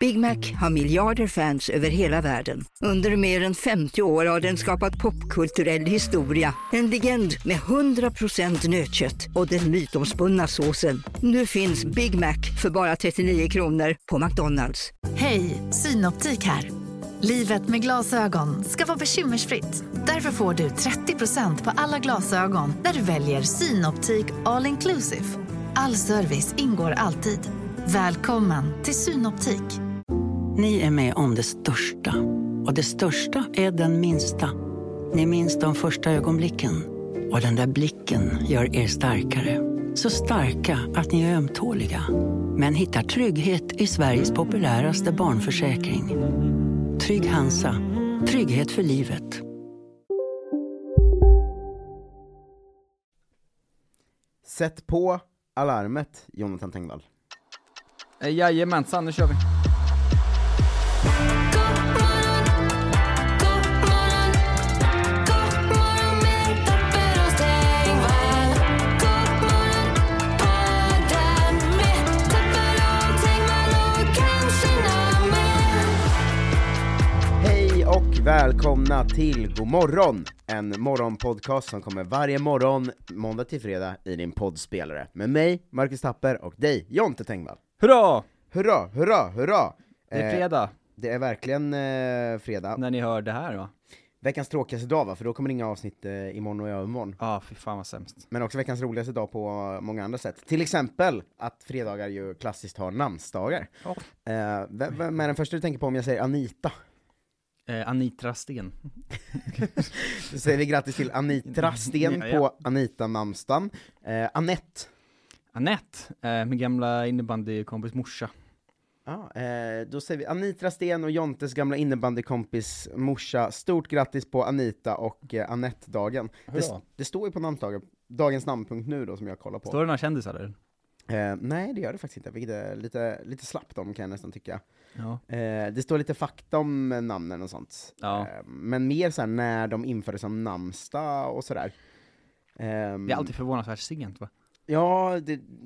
Big Mac har miljarder fans över hela världen. Under mer än 50 år har den skapat popkulturell historia. En legend med 100% nötkött och den mytomspunna såsen. Nu finns Big Mac för bara 39 kronor på McDonald's. Hej, Synoptik här. Livet med glasögon ska vara bekymmersfritt. Därför får du 30% på alla glasögon när du väljer Synoptik All Inclusive. All service ingår alltid. Välkommen till Synoptik. Ni är med om det största. Och det största är den minsta. Ni minns de första ögonblicken. Och den där blicken gör er starkare. Så starka att ni är ömtåliga. Men hittar trygghet i Sveriges populäraste barnförsäkring. Trygg Hansa. Trygghet för livet. Sätt på alarmet, Jonathan Tengvall. Jajamensan, nu kör vi. Välkomna till God morgon, en morgonpodcast som kommer varje morgon, måndag till fredag, i din poddspelare. Med mig, Marcus Tapper, och dig, Jonte Tengvall. Hurra! Hurra, hurra, hurra! Det är fredag. Det är verkligen fredag. När ni hör det här, va? Veckans tråkigaste dag, va? För då kommer det inga avsnitt imorgon och övermorgon. Ja, fy fan vad sämst. Men också veckans roligaste dag på många andra sätt. Till exempel att fredagar ju klassiskt har namnsdagar. Vem är den första du tänker på om jag säger Anita? Anitra Sten. Då säger vi grattis till Anitra Sten på Anita-namnsdagen. Anette, min gamla innebandykompis morsa. Då säger vi Anitra Sten och Jontes gamla innebandykompis morsa. Stort grattis på Anita och Anette-dagen. Det står ju på namnsdagen, dagens namn.nu då, som jag kollar på. Står det några kändisar där? Nej, det gör det faktiskt inte, vilket är lite slappt om, kan jag nästan tycka. Ja. Det står lite fakta om namnen och sånt. Ja. Men mer så här när de infördes som namnsdag och sådär. Det är alltid förvånansvärt sent, va? Ja,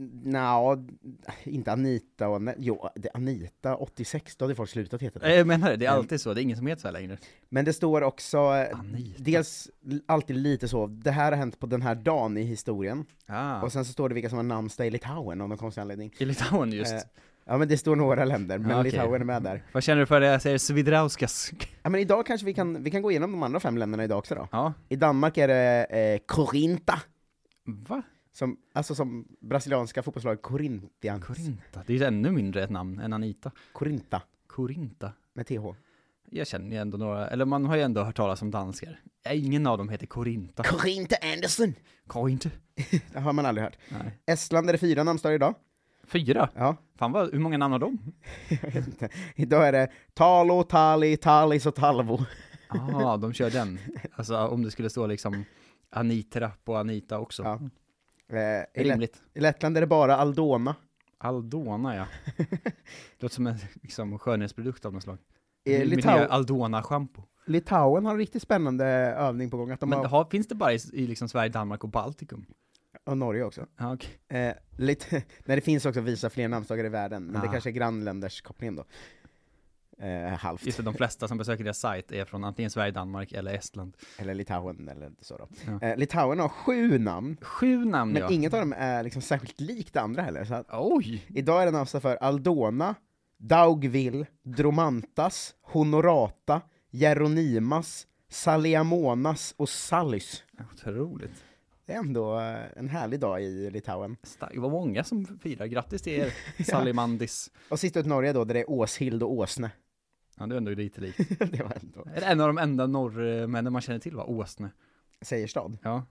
inte Anita och Anita 86, då hade folk slutat heta det. Jag menar det är alltid så, det är ingen som heter så här längre. Men det står också, Anita. dels alltid lite så, det här har hänt på den här dagen i historien. Och sen så står det vilka som har namnsdag i Litauen, av någon konstig anledning. I Litauen just. Ja, men det står några länder, men Litauen är med där. Vad känner du för det jag säger Svidrauskas? Ja, men idag kanske vi kan gå igenom de andra 5 länderna idag också då. Ja. I Danmark är det Corinta. Va? Som brasilianska fotbollslag Corinthians. Corinta, det är ju ännu mindre ett namn än Anita. Corinta. Med TH. Jag känner ju ändå några, eller man har ju ändå hört talas om danskar. Ingen av dem heter Corinta. Corinta Andersen. Corinta. Det har man aldrig hört. Nej. Estland är det 4 namnsdagar idag. 4? Ja. Fan, hur många namn har de? Jag vet inte. Idag är det Talo, Tali, Talis och Talvo. De kör den. Alltså om det skulle stå liksom Anitra på Anita också. Ja. Rimligt. I Lettland är det bara Aldona. Aldona, ja. Det låter som en liksom, skönhetsprodukt av något slag. Aldona-shampoo. Litauen har en riktigt spännande övning på gång. Att finns det bara i liksom Sverige, Danmark och Baltikum? Och Norge också. Okay. När det finns också visa fler namnsdagar i världen. Men det kanske är grannländers kopplingen då. Halvt. Just det, de flesta som besöker deras sajt är från antingen Sverige, Danmark eller Estland. Eller Litauen eller så då. Ja. Litauen har 7 namn. 7 namn, men inget av dem är liksom särskilt likt det andra heller. Så att oj! Idag är det namnsdag för Aldona, Daugville, Dromantas, Honorata, Jeronimas, Saliamonas och Sallis. Otroligt. Det är ändå en härlig dag i Litauen. Det var många som firar. Grattis till er, Salimandis. Och sist ut Norge då, där det är Åshild och Åsne. Ja, det är ändå lite likt. Det var ändå. Är det en av de enda norrmännen man känner till, va? Åsne. Seierstad. Ja.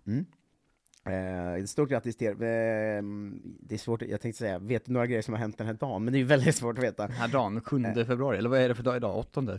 Stort grattis till er. Det är svårt, jag tänkte säga, vet du några grejer som har hänt den här dagen? Men det är ju väldigt svårt att veta. Den här dagen, 7 februari, eller vad är det för dag idag? 8?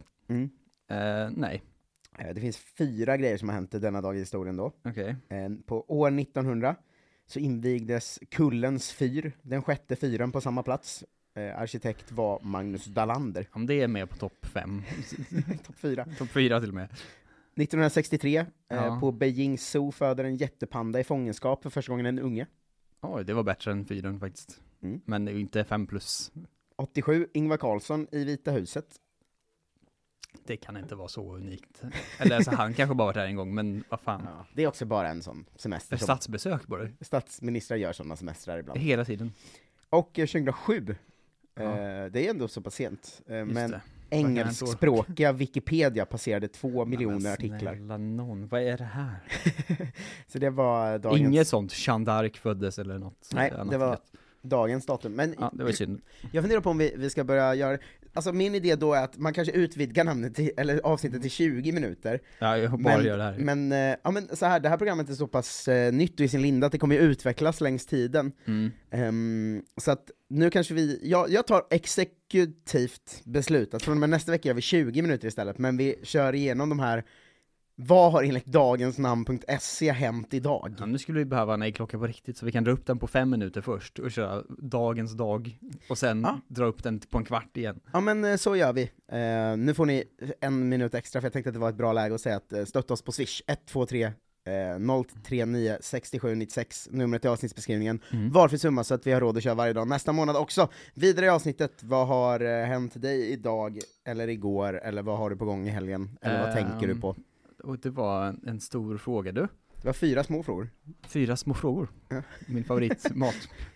Nej. Det finns 4 grejer som har hänt denna dag i historien då. Okay. På år 1900 så invigdes Kullens fyr, den 6:e fyren på samma plats. Arkitekt var Magnus Dalander. Om det är med på topp 5. Topp 4. Topp 4 till och med. 1963 på Beijing Zoo föder en jättepanda i fångenskap för första gången en unge. Oj, det var bättre än 4 faktiskt. Men det är ju inte 5+. 87, Ingvar Carlsson i Vita huset. Det kan inte vara så unikt. Eller alltså, han kanske bara varit där en gång, men vad fan. Ja, det är också bara en sån semester. Statsbesök bara. Statsministrar gör sådana semestrar ibland. Hela tiden. Och 2007, det är ändå så pass sent. Men det. engelskspråkiga Wikipedia passerade 2 miljoner artiklar. Snälla någon, vad är det här? Så det var dagens... Inget sånt, Jeanne d'Arc föddes eller något. Nej, det var dagens datum. Men ja, det var synd. Jag funderar på om vi ska börja göra... Alltså min idé då är att man kanske utvidgar namnet till, eller avsnittet till 20 minuter. Ja, jag hoppas bara göra det här. Men så här, det här programmet är så pass nytt och i sin linda att det kommer ju utvecklas längs tiden. Så att nu kanske jag tar exekutivt beslut att från och med nästa vecka gör vi 20 minuter istället, men vi kör igenom de här. Vad har enligt dagensnamn.se hänt idag? Ja, nu skulle vi behöva en klocka på riktigt, så vi kan dra upp den på 5 minuter först och köra dagens dag och sen dra upp den på en kvart igen. Ja, men så gör vi. Nu får ni 1 minut extra, för jag tänkte att det var ett bra läge att säga att stötta oss på Swish 123 039 67 96, numret i avsnittsbeskrivningen. Varför summa så att vi har råd att köra varje dag nästa månad också. Vidare i avsnittet, vad har hänt dig idag eller igår, eller vad har du på gång i helgen, eller vad tänker du på? Och det var en stor fråga, du. Det var 4 små frågor. 4 små frågor. Ja. Min favoritmat.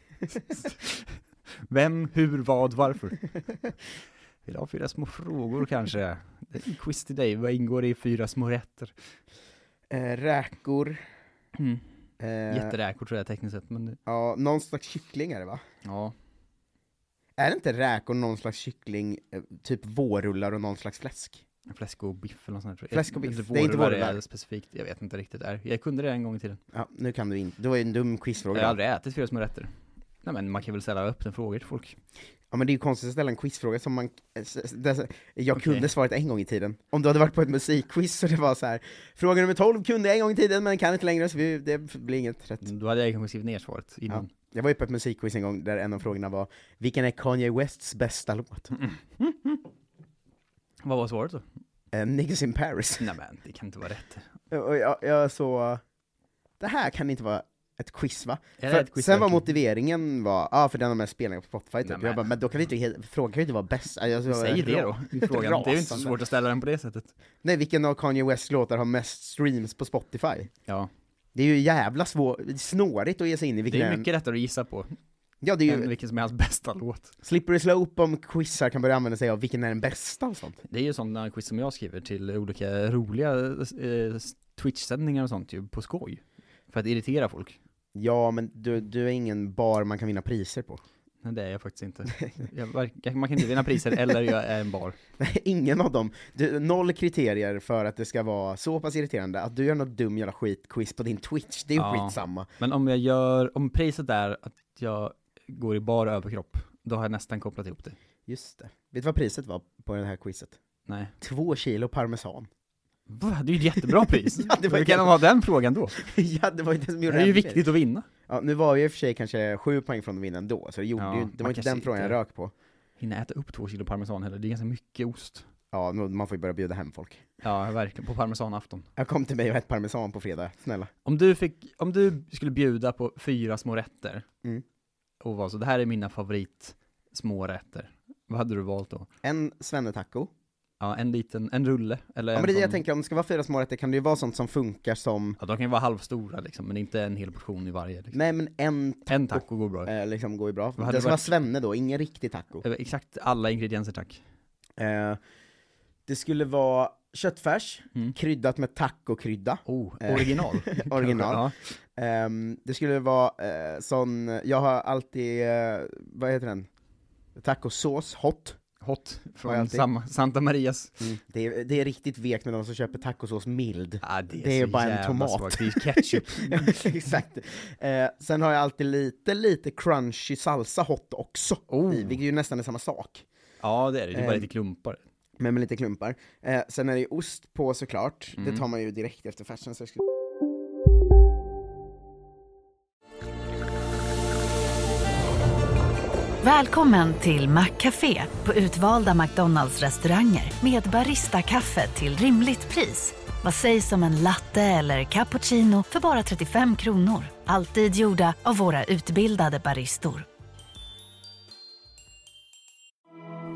Vem, hur, vad, varför? Vill ha 4 små frågor kanske. Det är en quiz till dig. Vad ingår i 4 små rätter? Räkor. Jätteräkor tror jag tekniskt sett. Men... Ja, någon slags kyckling är det, va? Ja. Är det inte räkor, någon slags kyckling, typ vårrullar och någon slags fläsk? Fläsk och biff eller något sånt. Fläsk och biff, det är inte vårrullar. Specifikt, jag vet inte riktigt. Jag kunde det en gång i tiden. Ja, nu kan du inte. Det var ju en dum quizfråga. Jag har aldrig ätit 4 små rätter. Nej, men man kan väl ställa upp en fråga till folk. Ja, men det är ju konstigt att ställa en quizfråga som man... Jag kunde svaret en gång i tiden. Om du hade varit på ett musikquiz så det var så här: fråga nummer 12 kunde jag en gång i tiden, men kan inte längre, så det blir inget rätt. Då hade jag kanske skrivit ner svaret innan. Ja. Jag var ju på ett musikquiz en gång där en av frågorna var: vilken är Kanye Wests bästa låt? Vad var svaret då? Niggas in Paris. Nej, men det kan inte vara rätt. Och jag så... Det här kan inte vara ett quiz, va? Ett quiz, sen var motiveringen för den har med spelningar på Spotify typ. Nej, jag bara, men då kan vi inte, frågan kan ju inte vara bäst. Säg det då, frågan. Det är ju inte så svårt att ställa den på det sättet. Nej, vilken av Kanye Wests låtar har mest streams på Spotify? Ja. Det är ju jävla snårigt att ge sig in i vilken... Det är mycket lättare att gissa på. Ja, det är ju... vilken som är hans bästa låt. Slippery Slope om quizar kan börja använda sig av vilken är den bästa och sånt. Det är ju sådana quiz som jag skriver till olika roliga Twitch-sändningar och sånt ju, på skoj. För att irritera folk. Ja, men du är ingen bar man kan vinna priser på. Nej, det är jag faktiskt inte. Man kan inte vinna priser eller jag är en bar. Nej, ingen av dem. 0 kriterier för att det ska vara så pass irriterande. Att du gör något dum jävla skitquiz på din Twitch, det är ju skitsamma. Men om priset är att jag går i bar överkropp, då har jag nästan kopplat ihop det. Just det. Vet du vad priset var på det här quizet? Nej. 2 kilo parmesan. Va? Det är ju ett jättebra pris. Ja, Hur kan de ha den frågan då? Ja, det var ju det som gjorde det. Är ju viktigt att vinna. Ja, nu var ju i och för sig kanske 7 poäng från att vinna ändå, så det var inte den frågan jag rök på. Hinna äta upp 2 kilo parmesan heller, det är ganska mycket ost. Ja, man får ju börja bjuda hem folk. Ja, verkligen, på parmesanafton. Jag kom till mig och ett parmesan på fredag, snälla. Om du skulle bjuda på 4 små rätter, och vad så, det här är mina favorit små rätter. Vad hade du valt då? En svennetaco. Ja, en rulle. Eller ja, men det är det jag tänker, om det ska vara 4 små rätter kan det ju vara sånt som funkar som... Ja, de kan ju vara halvstora liksom, men inte en hel portion i varje. Liksom. Nej, men en taco går bra. Liksom går ju bra. Det ska vara svenne då, ingen riktig taco. Exakt alla ingredienser, tack. Det skulle vara köttfärs, kryddat med tacokrydda. Original. Original. Ja. Det skulle vara jag har alltid, vad heter den? Tacosås, hot från Santa Marias. Det är riktigt vekt med de som köper tacosås mild. Ja, det är bara en tomat. Svagt. Det är ketchup. Exakt. Sen har jag alltid lite crunchy salsa hot också. Vilket är ju nästan är samma sak. Ja, det är det. Det är bara lite klumpar. Men med lite klumpar. Sen är det ost på såklart. Det tar man ju direkt efter färsen. Så Välkommen till Maccafé på utvalda McDonalds-restauranger med Barista-kaffe till rimligt pris. Vad sägs om en latte eller cappuccino för bara 35 kronor? Alltid gjorda av våra utbildade baristor.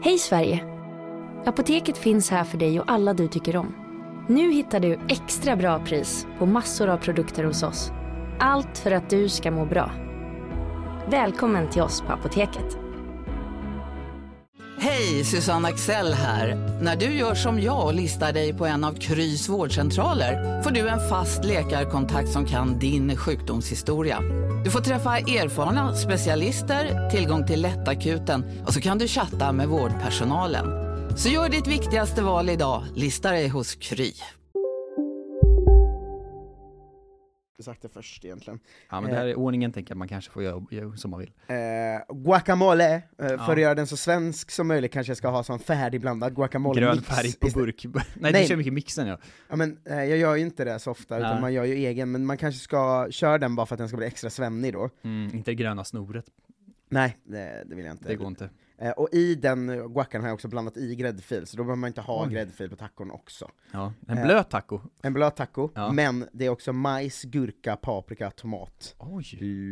Hej Sverige! Apoteket finns här för dig och alla du tycker om. Nu hittar du extra bra pris på massor av produkter hos oss. Allt för att du ska må bra. Välkommen till oss på Apoteket. Hej, Susanne Axel här. När du gör som jag och listar dig på en av Krys vårdcentraler får du en fast läkarkontakt som kan din sjukdomshistoria. Du får träffa erfarna specialister, tillgång till lättakuten och så kan du chatta med vårdpersonalen. Så gör ditt viktigaste val idag, lista dig hos Kry. Sagt det först egentligen. Ja, men det här är ordningen, tänker jag, man kanske får göra som man vill. Guacamole, för att göra den så svensk som möjligt kanske jag ska ha sån färdigblandad guacamole. Grön färg på burk. Nej, du kör mycket mixen, ja. Ja, men jag gör ju inte det så ofta, utan man gör ju egen, men man kanske ska köra den bara för att den ska bli extra svennig då. Inte det gröna snoret. Nej, det vill jag inte. Det går inte. Och i den guacan har jag också blandat i gräddfil, så då behöver man inte ha gräddfil på tacon också. Ja, en blöt taco. En blöt taco, ja. Men det är också majs, gurka, paprika, tomat. Oj,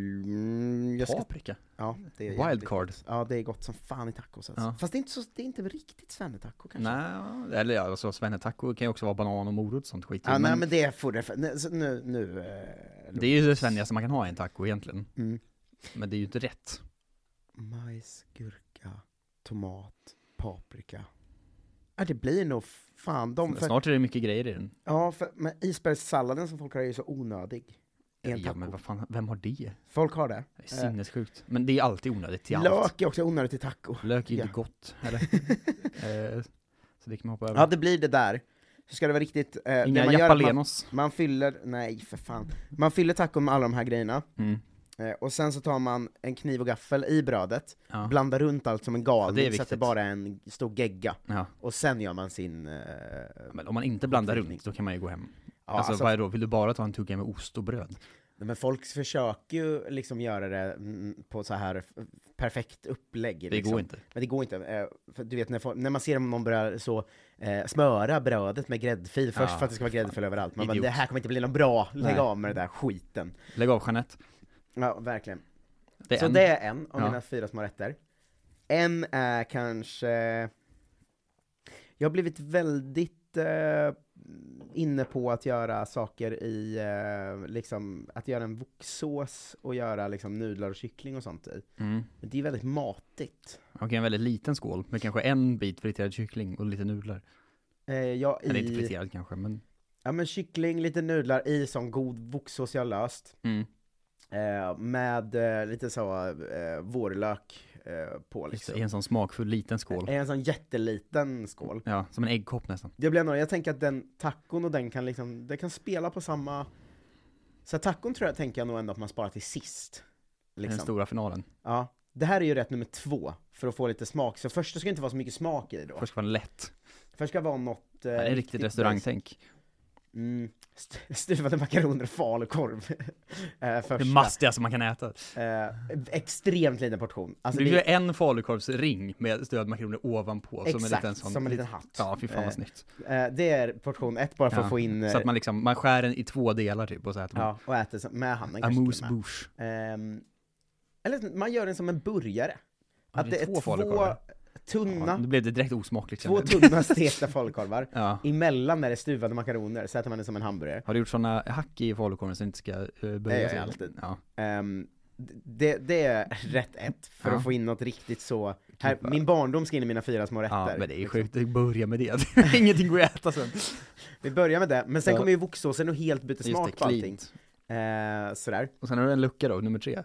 paprika? Ja, det är wildcard. Ja, det är gott som fan i tacos alltså. Fast det är inte riktigt svennetaco kanske. Nej, eller ja, alltså svennetaco kan ju också vara banan och morot och sånt skit. Ja, nej, men det får det nu det är ju det svennigaste man kan ha i en taco egentligen. Men det är ju inte rätt. Majs, gurka, tomat, paprika. Ja, det blir nog fan snart är det mycket grejer i den. Ja, men isbergssalladen som folk har är ju så onödig. Ja, men vad fan, vem har det? Folk har det. Det är sinnessjukt. Men det är alltid onödigt till allt. Lök är också onödigt till taco. Lök är ju inte gott, eller? Så det kan man hoppa över. Ja, det blir det där. Så ska det vara riktigt... Inga Japalenos. Man fyller... Nej, för fan. Man fyller tacon med alla de här grejerna. Och sen så tar man en kniv och gaffel i brödet, blandar runt allt som en galning, så att det bara är en stor gegga. Och sen gör man sin... Men om man inte blandar runt, då kan man ju gå hem. Alltså vad är då? Vill du bara ta en tugga med ost och bröd? Men folk försöker ju liksom göra det på så här perfekt upplägg. Det liksom. går inte. Men det går inte. För du vet, när man ser någon börjar så smöra brödet med gräddfil först för att det ska vara gräddfil överallt. Men det här kommer inte bli någon bra. Lägg av med det där skiten. Lägg av, Jeanette. Ja, verkligen. Det är en av mina 4 små rätter. En är kanske... Jag har blivit väldigt inne på att göra saker i liksom, att göra en voksås och göra liksom nudlar och kyckling och sånt i. Men det är väldigt matigt. Okej, en väldigt liten skål med kanske en bit friterad kyckling och lite nudlar. Eller inte friterad kanske, men... Ja, men kyckling, lite nudlar i sån god voksås jag har löst. Med lite så vårlök på liksom. I en sån smakfull liten skål. En sån jätteliten skål. Ja, som en äggkopp nästan. Det blir jag tänker att den tacon och den kan liksom, det kan spela på samma. Så tacon tänker jag nog ändå att man sparar till sist. Liksom. Den stora finalen. Ja. Det här är ju rätt nummer 2 för att få lite smak. Så först ska det inte vara så mycket smak i då. Först ska det vara lätt. Först ska det vara något... det är riktigt restaurangtänk. Stuvade makaroner och falukorv. Det mastigaste man kan äta. Extremt liten portion. Alltså du gör en falukorvsring med stuvade makaroner ovanpå. Exakt, som en liten hatt. Ja, fy fan vad snyggt. Det är portion 1 bara för att få in... Så att man skär den i 2 delar typ och så äter man. Ja, och äter med handen. Amuse-bouche. Eller man gör den som en burgare. Ja, att det är 2 tunna... det blev det direkt osmakligt. 2 tunna stekta falukorvar. Emellan är det stuvade makaroner, så äter man det som en hamburgare. Har du gjort såna hack i falukorven så inte ska börja sig? Alltid. Ja. Det är rätt 1 för att få in något riktigt så... Här, min barndom ska in i mina 4 små rätter. Ja, men det är sjukt att börja med det. Ingenting går att äta sen. Vi börjar med det, men sen kommer ju voksåsen och helt byter smak på allting. Sådär. Och sen har du en lucka då, nummer 3.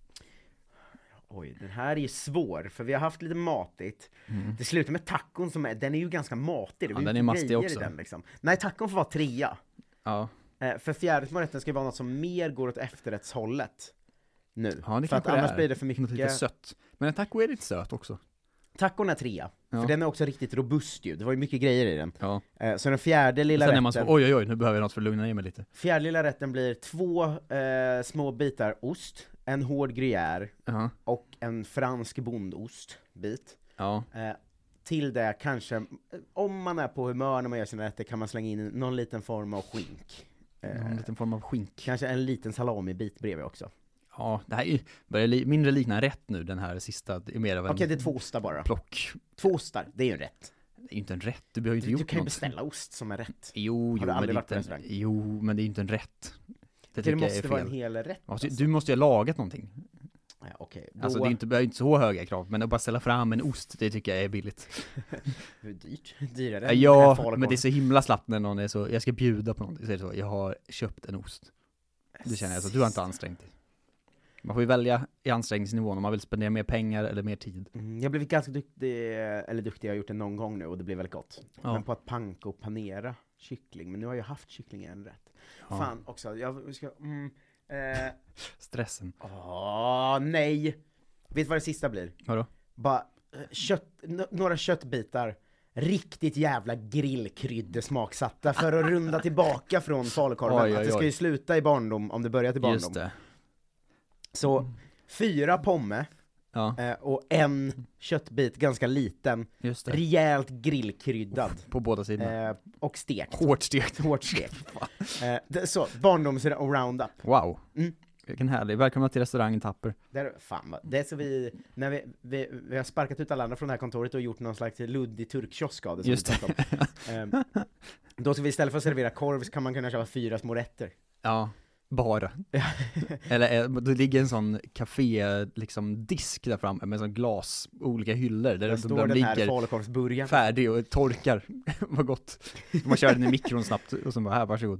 Oj, den här är ju svår, för vi har haft lite matigt. Det slutar med tacon som den är ju ganska matig. Ja, den är mastig också. Den, liksom. Nej, tacon får vara 3. Ja. För 4:e små rätten ska vara något som mer går åt efterrättshållet. Nu. Ja, det för att annars blir det för mycket... Något lite sött. Men en taco är lite söt också. Tacon är 3. För den är också riktigt robust ju. Det var ju mycket grejer i den. Ja. Så den 4:e lilla rätten... Man så, oj, nu behöver jag något för att lugna ner mig lite. 4:e lilla rätten blir 2 små bitar ost, en hård gruyère och en fransk bondostbit. Till det kanske, om man är på humör när man gör sina rätter, kan man slänga in någon liten form av skink. Någon liten form av skink. Kanske en liten salamibit bredvid också. Ja, det här börjar mindre likna en rätt nu, den här sista. Det är mer av en Okej, det är 2 ostar bara. plock. 2 ostar, det är ju en rätt. Det är inte en rätt, du behöver inte gjort Du kan ju något. beställa ost som är rätt. Jo, Har du aldrig varit på restaurang? Jo, men det är inte en rätt. Det måste vara en hel rätt. Alltså. Du måste ju ha lagat någonting. Ja, okej. Alltså det är inte så höga krav, men att bara ställa fram en ost, det tycker jag är billigt. Hur dyrt? Dyrare? Ja, men det är så himla slappt när någon är så, jag ska bjuda på någonting, så är det så, jag har köpt en ost. Det känner jag så, du har inte ansträngt dig. Man får ju välja i ansträngningsnivån om man vill spendera mer pengar eller mer tid. Jag har blivit ganska duktig, jag har gjort det någon gång nu och det blir väldigt gott. Ja. Men på att panka och panera kyckling, men nu har jag haft kyckling i en rätt. Ja. Fan också, jag ska... Stressen. Nej! Vet du vad det sista blir? Vadå? Bara några köttbitar, riktigt jävla grillkrydde smaksatta för att runda tillbaka från falukorven. Att det ska ju sluta i barndom om det börjar till barndom. Just det. Så 4 pomme och en köttbit, ganska liten, just det. Rejält grillkryddad. På båda sidorna. Och stekt. Hårt stekt. Så, barndoms roundup. Wow. Vilken härlig. Välkomna till restaurangen Tapper. Det är så när vi har sparkat ut alla andra från det här kontoret och gjort någon slags luddig turkkiosk av det. Just det. Då ska vi istället för att servera korv så kan man kunna köpa 4 små rätter. Ja, bara. Eller det ligger en sån café liksom disk där framme med sån glas, olika hyllor där de står den här falukorvsburgaren färdig och torkar. Vad gott. Man kör den i mikron snabbt och så bara, här, varsågod.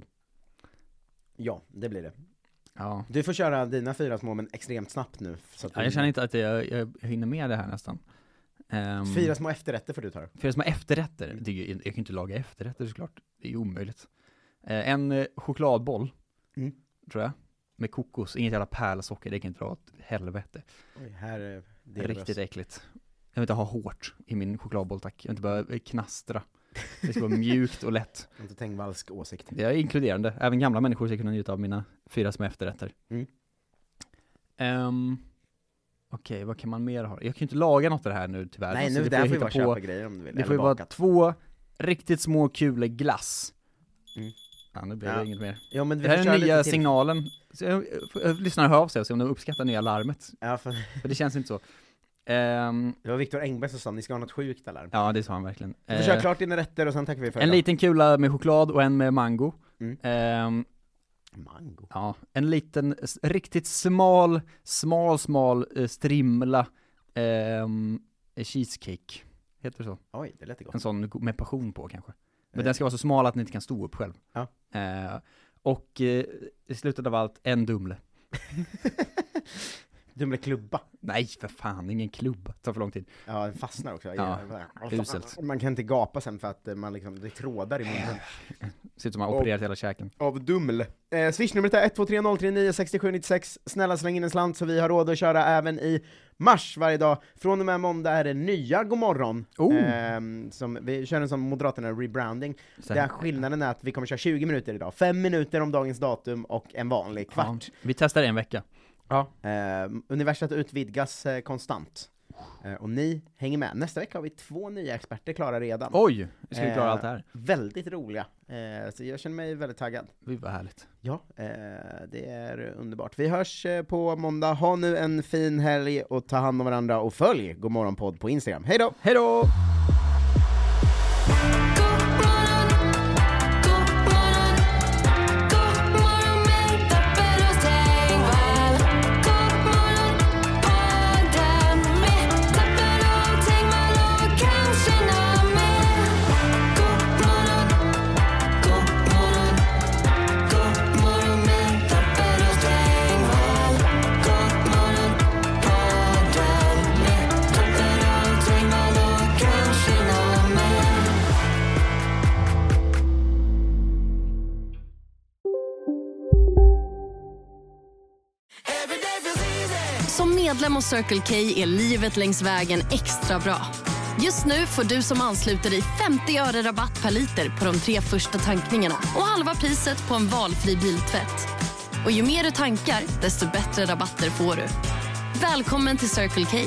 Ja, det blir det. Ja. Du får köra dina 4 små men extremt snabbt nu. Så att jag känner inte att jag hinner med det här nästan. 4 små efterrätter får du ta. 4 små efterrätter? Jag kan inte laga efterrätter såklart. Det är ju omöjligt. En chokladboll, tror jag. Med kokos, inget jävla pärlsocker, det kan inte vara ett helvete. Oj, här det är riktigt äckligt. Jag vill inte ha hårt i min chokladboll, tack. Jag vill inte bara knastra. Det ska vara mjukt och lätt. Inte Tengvallsk åsikt. Det är inkluderande. Även gamla människor ska kunna njuta av mina 4 små efterrätter. Okej, vad kan man mer ha? Jag kan ju inte laga något av det här nu tyvärr. Nej, nu där får vi bara köpa grejer om du vill. Det får ju vara 2 riktigt små kulor glass. Ja, nu blir det inget mer. Ja, men det här är den nya signalen. Så jag lyssnar hör av sig och se om de uppskattar nya larmet. Ja, för det känns inte så. Det var Viktor Engberg som sa, ni ska ha något sjukt alarm. Ja, det sa han verkligen. Vi kör klart dina rätter och sen tackar vi för en liten kula med choklad och en med mango. Mango? Ja, en liten, riktigt smal strimla cheesecake. Heter det så? Oj, det lät gott. En sån med passion på kanske. Men den ska vara så smal att den inte kan stå upp själv. Ja. Och i slutet av allt, en Dumle. Dumleklubba? Nej, för fan, ingen klubba. Det tar för lång tid. Ja, den fastnar också. Ja, uselt. Man kan inte gapa sen för att man liksom, det trådar i munnen. Ser ut som man har opererat hela käken. Av Dumle. Swishnumret är 1230396796. Snälla släng in en slant så vi har råd att köra även i mars varje dag. Från och med måndag är det nya Godmorgon. Som vi kör en sån Moderaterna rebranding. Där skillnaden är att vi kommer köra 20 minuter idag. 5 minuter om dagens datum och en vanlig kvart. Ja, vi testar en vecka. Ja. Universat utvidgas konstant. Och ni hänger med. Nästa vecka har vi 2 nya experter klara redan. Oj, vi ska klara allt det här. Väldigt roliga. Så jag känner mig väldigt taggad. Det var härligt. Ja, det är underbart. Vi hörs på måndag. Ha nu en fin helg och ta hand om varandra och följ Godmorgonpodd på Instagram. Hej då! Hej då! Som medlem hos Circle K är livet längs vägen extra bra. Just nu får du som ansluter dig 50 öre rabatt per liter på de 3 första tankningarna och halva priset på en valfri biltvätt. Och ju mer du tankar, desto bättre rabatter får du. Välkommen till Circle K.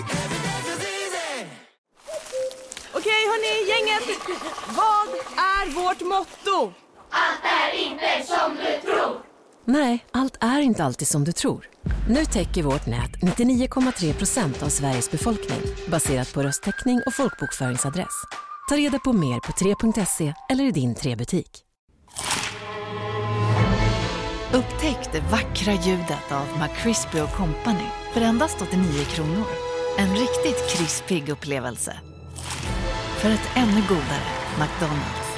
Okej, hörni, gänget. Vad är vårt motto? Allt är inte som du tror. Nej, allt är inte alltid som du tror. Nu täcker vårt nät 99,3% av Sveriges befolkning baserat på röstteckning och folkbokföringsadress. Ta reda på mer på 3.se eller i din 3-butik. Upptäck det vackra ljudet av McCrispy & Company för endast 89 kronor. En riktigt krispig upplevelse. För ett ännu godare McDonald's.